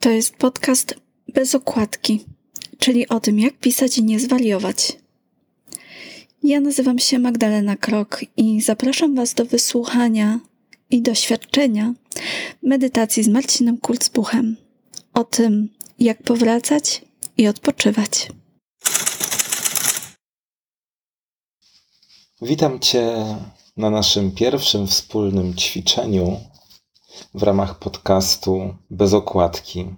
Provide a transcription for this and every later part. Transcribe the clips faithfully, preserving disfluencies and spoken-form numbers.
To jest podcast bez okładki, czyli o tym, jak pisać i nie zwariować. Ja nazywam się Magdalena Krok i zapraszam Was do wysłuchania i doświadczenia medytacji z Marcinem Kurzbuchem o tym, jak powracać i odpoczywać. Witam Cię na naszym pierwszym wspólnym ćwiczeniu w ramach podcastu Bez Okładki.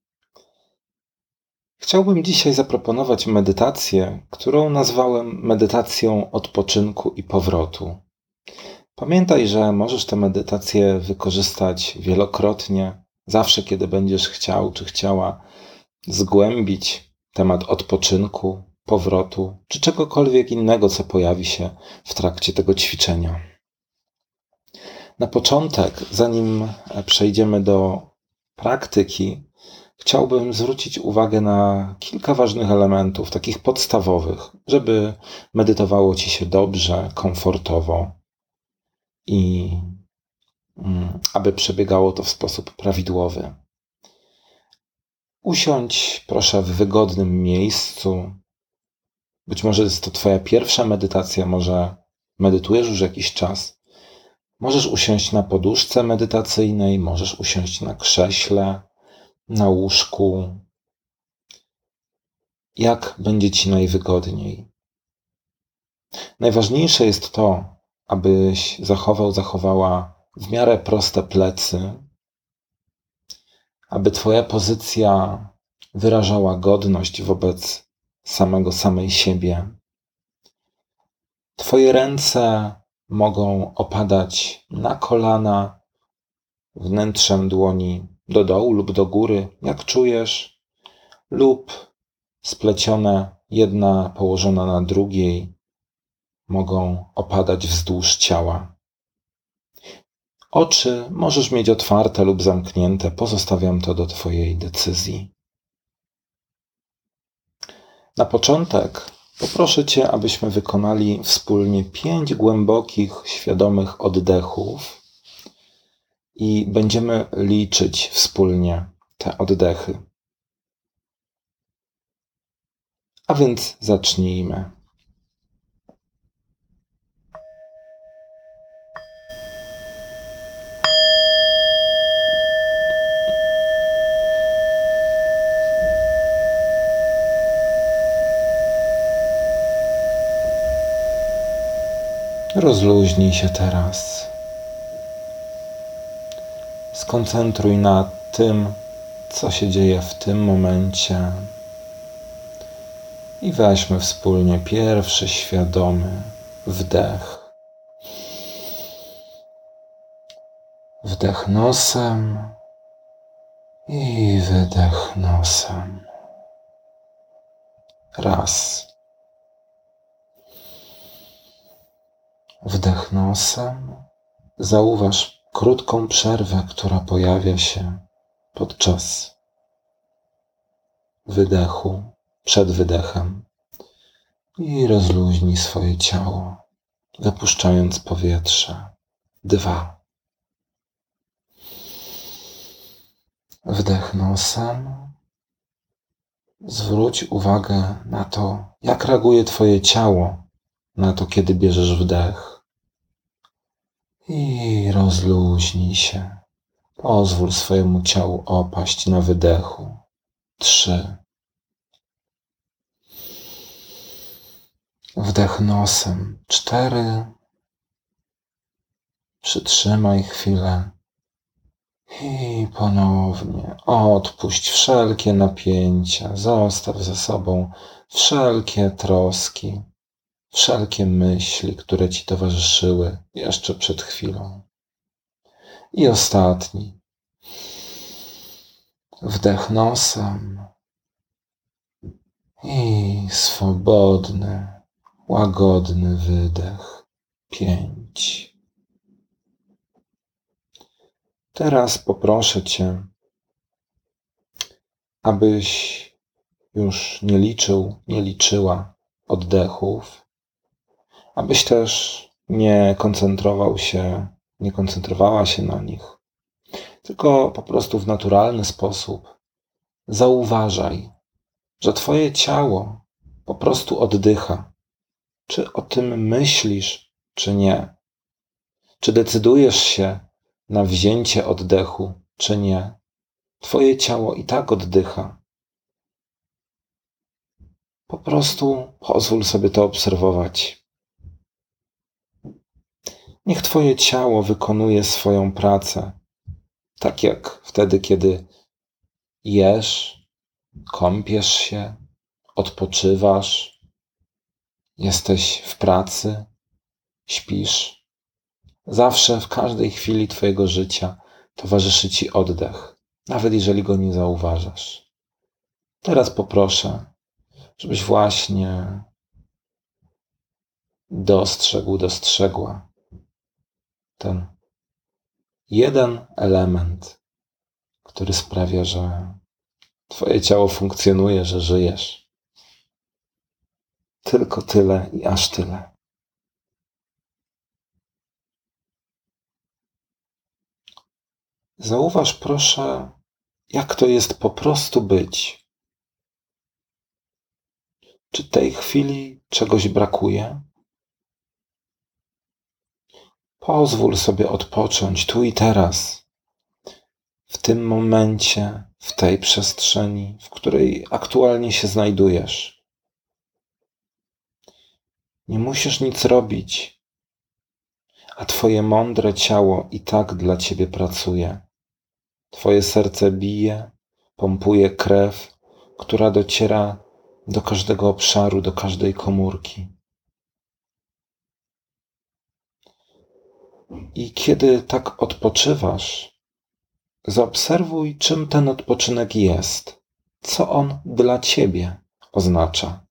Chciałbym dzisiaj zaproponować medytację, którą nazwałem medytacją odpoczynku i powrotu. Pamiętaj, że możesz tę medytację wykorzystać wielokrotnie, zawsze kiedy będziesz chciał czy chciała zgłębić temat odpoczynku, powrotu, czy czegokolwiek innego, co pojawi się w trakcie tego ćwiczenia. Na początek, zanim przejdziemy do praktyki, chciałbym zwrócić uwagę na kilka ważnych elementów, takich podstawowych, żeby medytowało Ci się dobrze, komfortowo i mm, aby przebiegało to w sposób prawidłowy. Usiądź proszę w wygodnym miejscu. Być może jest to Twoja pierwsza medytacja, może medytujesz już jakiś czas. Możesz usiąść na poduszce medytacyjnej, możesz usiąść na krześle, na łóżku. Jak będzie Ci najwygodniej. Najważniejsze jest to, abyś zachował, zachowała w miarę proste plecy, aby Twoja pozycja wyrażała godność wobec samego, samej siebie. Twoje ręce mogą opadać na kolana, wnętrzem dłoni do dołu lub do góry, jak czujesz, lub splecione jedna położona na drugiej mogą opadać wzdłuż ciała. Oczy możesz mieć otwarte lub zamknięte, pozostawiam to do Twojej decyzji. Na początek poproszę Cię, abyśmy wykonali wspólnie pięć głębokich, świadomych oddechów i będziemy liczyć wspólnie te oddechy. A więc zacznijmy. Rozluźnij się teraz. Skoncentruj na tym, co się dzieje w tym momencie. I weźmy wspólnie pierwszy świadomy wdech. Wdech nosem i wydech nosem. Raz. Wdech nosem. Zauważ krótką przerwę, która pojawia się podczas wydechu, przed wydechem. I rozluźnij swoje ciało, wypuszczając powietrze. Dwa. Wdech nosem. Zwróć uwagę na to, jak reaguje Twoje ciało na to, kiedy bierzesz wdech. I rozluźnij się. Pozwól swojemu ciału opaść na wydechu. Trzy. Wdech nosem. Cztery. Przytrzymaj chwilę. I ponownie odpuść wszelkie napięcia. Zostaw za sobą wszelkie troski. Wszelkie myśli, które Ci towarzyszyły jeszcze przed chwilą. I ostatni. Wdech nosem. I swobodny, łagodny wydech. Pięć. Teraz poproszę Cię, abyś już nie liczył, nie liczyła oddechów, abyś też nie koncentrował się, nie koncentrowała się na nich, tylko po prostu w naturalny sposób Zauważaj, że twoje ciało po prostu oddycha. Czy o tym myślisz, czy nie? Czy decydujesz się na wzięcie oddechu, czy nie? Twoje ciało i tak oddycha. Po prostu pozwól sobie to obserwować. Niech twoje ciało wykonuje swoją pracę, tak jak wtedy, kiedy jesz, kąpiesz się, odpoczywasz, jesteś w pracy, śpisz. Zawsze, w każdej chwili twojego życia towarzyszy ci oddech, nawet jeżeli go nie zauważasz. Teraz poproszę, żebyś właśnie dostrzegł, dostrzegła ten jeden element, który sprawia, że twoje ciało funkcjonuje, że żyjesz. Tylko tyle i aż tyle. Zauważ proszę, jak to jest po prostu być. Czy tej chwili czegoś brakuje? Pozwól sobie odpocząć tu i teraz, w tym momencie, w tej przestrzeni, w której aktualnie się znajdujesz. Nie musisz nic robić, a twoje mądre ciało i tak dla ciebie pracuje. Twoje serce bije, pompuje krew, która dociera do każdego obszaru, do każdej komórki. I kiedy tak odpoczywasz, zaobserwuj, czym ten odpoczynek jest, co on dla ciebie oznacza.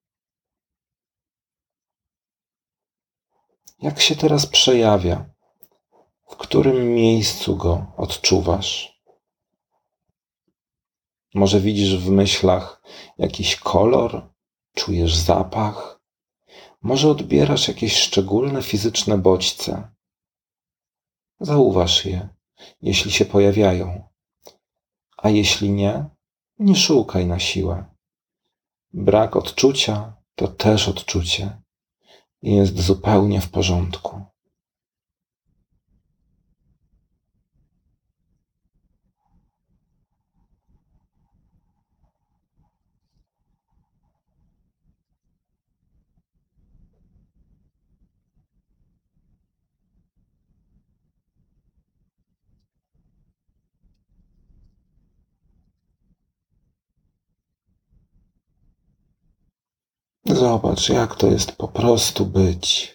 Jak się teraz przejawia? W którym miejscu go odczuwasz? Może widzisz w myślach jakiś kolor, czujesz zapach? Może odbierasz jakieś szczególne fizyczne bodźce? Zauważ je, jeśli się pojawiają. A jeśli nie, nie szukaj na siłę. Brak odczucia to też odczucie i jest zupełnie w porządku. Zobacz, jak to jest po prostu być.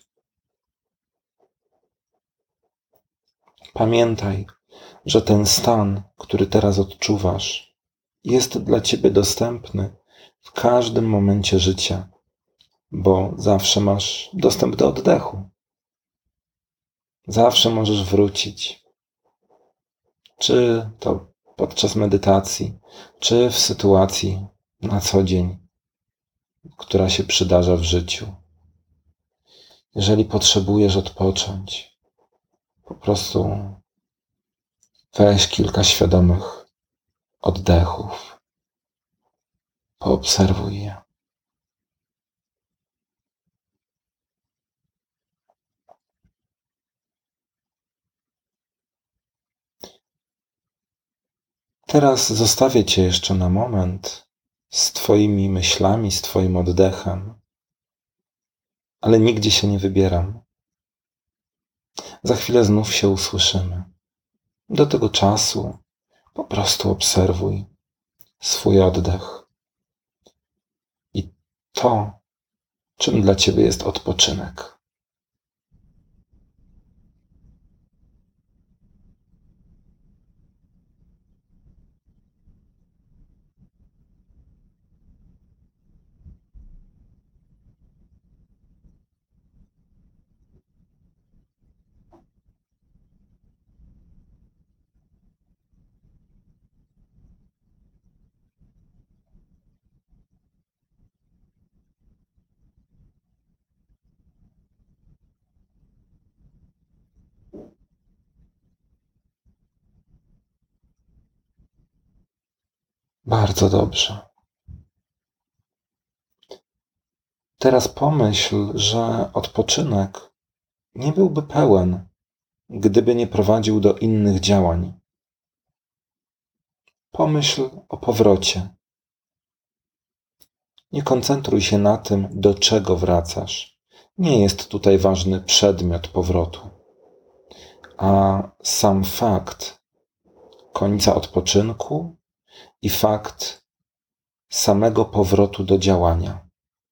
Pamiętaj, że ten stan, który teraz odczuwasz, jest dla ciebie dostępny w każdym momencie życia, bo zawsze masz dostęp do oddechu. Zawsze możesz wrócić. Czy to podczas medytacji, czy w sytuacji na co dzień, która się przydarza w życiu. Jeżeli potrzebujesz odpocząć, po prostu weź kilka świadomych oddechów. Poobserwuj je. Teraz zostawię cię jeszcze na moment z twoimi myślami, z twoim oddechem, ale nigdzie się nie wybieram. Za chwilę znów się usłyszymy. Do tego czasu po prostu obserwuj swój oddech i to, czym dla ciebie jest odpoczynek. Bardzo dobrze. Teraz pomyśl, że odpoczynek nie byłby pełen, gdyby nie prowadził do innych działań. Pomyśl o powrocie. Nie koncentruj się na tym, do czego wracasz. Nie jest tutaj ważny przedmiot powrotu, a sam fakt końca odpoczynku i fakt samego powrotu do działania.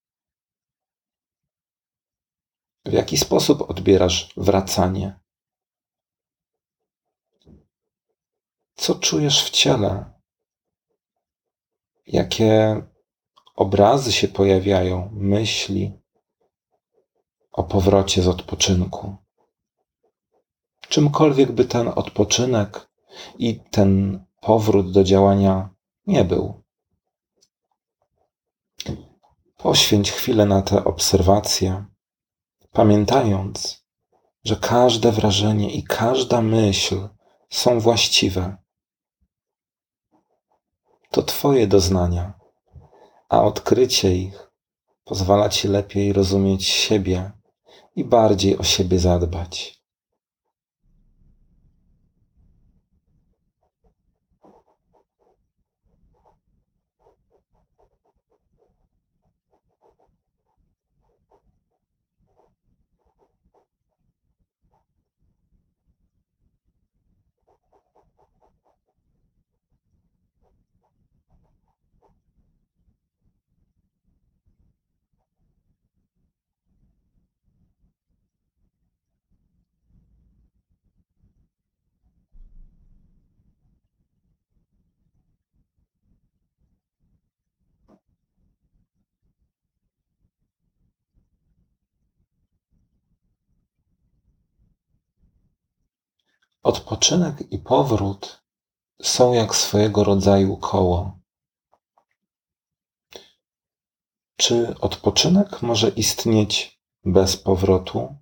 W jaki sposób odbierasz wracanie? Co czujesz w ciele? Jakie obrazy się pojawiają, myśli o powrocie z odpoczynku? Czymkolwiek by ten odpoczynek i ten powrót do działania nie był. Poświęć chwilę na te obserwacje, pamiętając, że każde wrażenie i każda myśl są właściwe. To Twoje doznania, a odkrycie ich pozwala Ci lepiej rozumieć siebie i bardziej o siebie zadbać. Odpoczynek i powrót są jak swojego rodzaju koło. Czy odpoczynek może istnieć bez powrotu?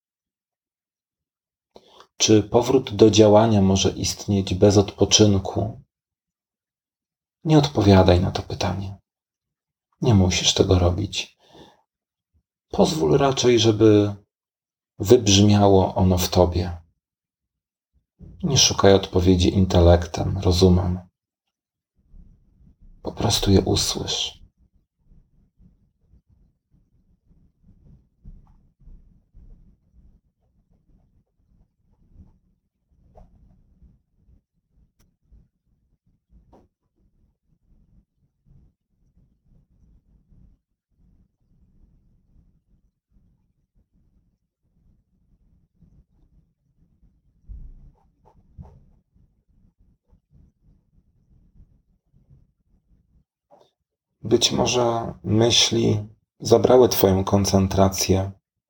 Czy powrót do działania może istnieć bez odpoczynku? Nie odpowiadaj na to pytanie. Nie musisz tego robić. Pozwól raczej, żeby wybrzmiało ono w tobie. Nie szukaj odpowiedzi intelektem, rozumem. Po prostu je usłysz. Być może myśli zabrały twoją koncentrację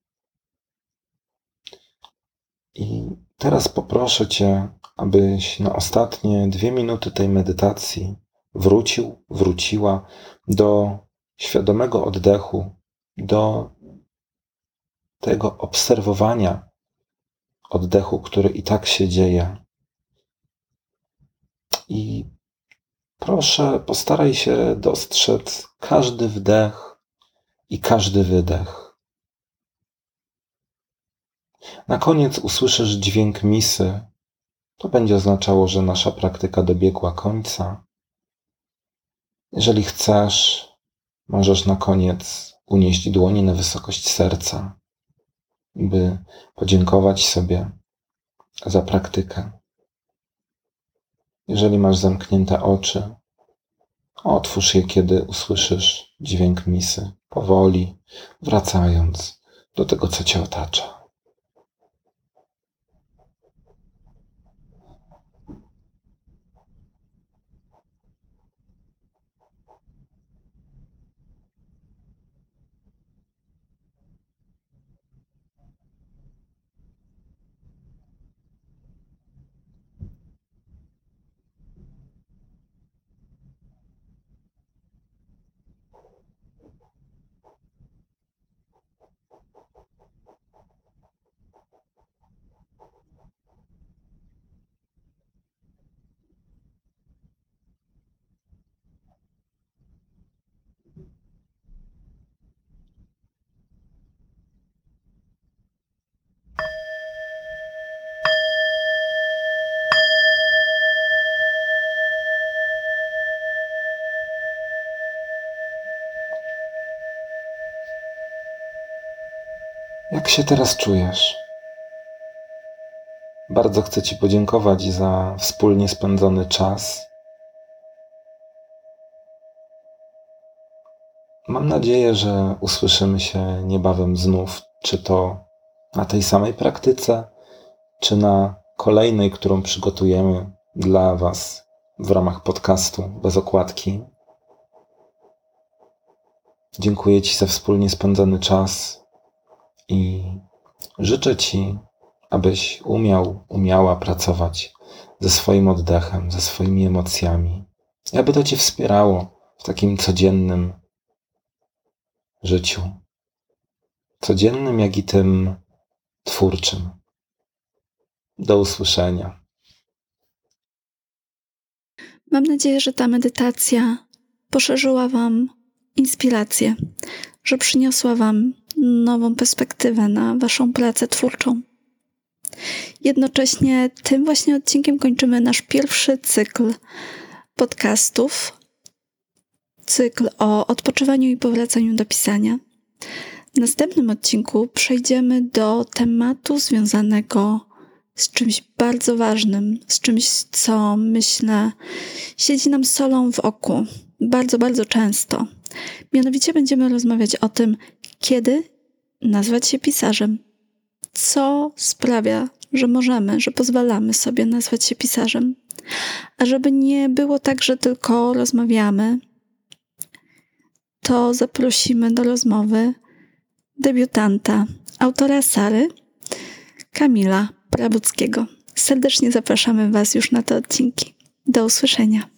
i teraz poproszę cię, abyś na ostatnie dwie minuty tej medytacji wrócił, wróciła do świadomego oddechu, do tego obserwowania oddechu, który i tak się dzieje. I proszę, postaraj się dostrzec każdy wdech i każdy wydech. Na koniec usłyszysz dźwięk misy. To będzie oznaczało, że nasza praktyka dobiegła końca. Jeżeli chcesz, możesz na koniec unieść dłonie na wysokość serca, by podziękować sobie za praktykę. Jeżeli masz zamknięte oczy, otwórz je, kiedy usłyszysz dźwięk misy, powoli wracając do tego, co cię otacza. Jak się teraz czujesz? Bardzo chcę Ci podziękować za wspólnie spędzony czas. Mam nadzieję, że usłyszymy się niebawem znów, czy to na tej samej praktyce, czy na kolejnej, którą przygotujemy dla Was w ramach podcastu Bez Okładki. Dziękuję Ci za wspólnie spędzony czas i życzę Ci, abyś umiał, umiała pracować ze swoim oddechem, ze swoimi emocjami, i aby to Cię wspierało w takim codziennym życiu. Codziennym, jak i tym twórczym. Do usłyszenia. Mam nadzieję, że ta medytacja poszerzyła Wam inspirację, że przyniosła Wam nową perspektywę na Waszą pracę twórczą. Jednocześnie tym właśnie odcinkiem kończymy nasz pierwszy cykl podcastów, cykl o odpoczywaniu i powracaniu do pisania. W następnym odcinku przejdziemy do tematu związanego z czymś bardzo ważnym, z czymś, co myślę siedzi nam solą w oku bardzo, bardzo często. Mianowicie będziemy rozmawiać o tym, kiedy nazwać się pisarzem. Co sprawia, że możemy, że pozwalamy sobie nazwać się pisarzem. A żeby nie było tak, że tylko rozmawiamy, to zaprosimy do rozmowy debiutanta, autora Sary, Kamila Prabuckiego. Serdecznie zapraszamy Was już na te odcinki. Do usłyszenia.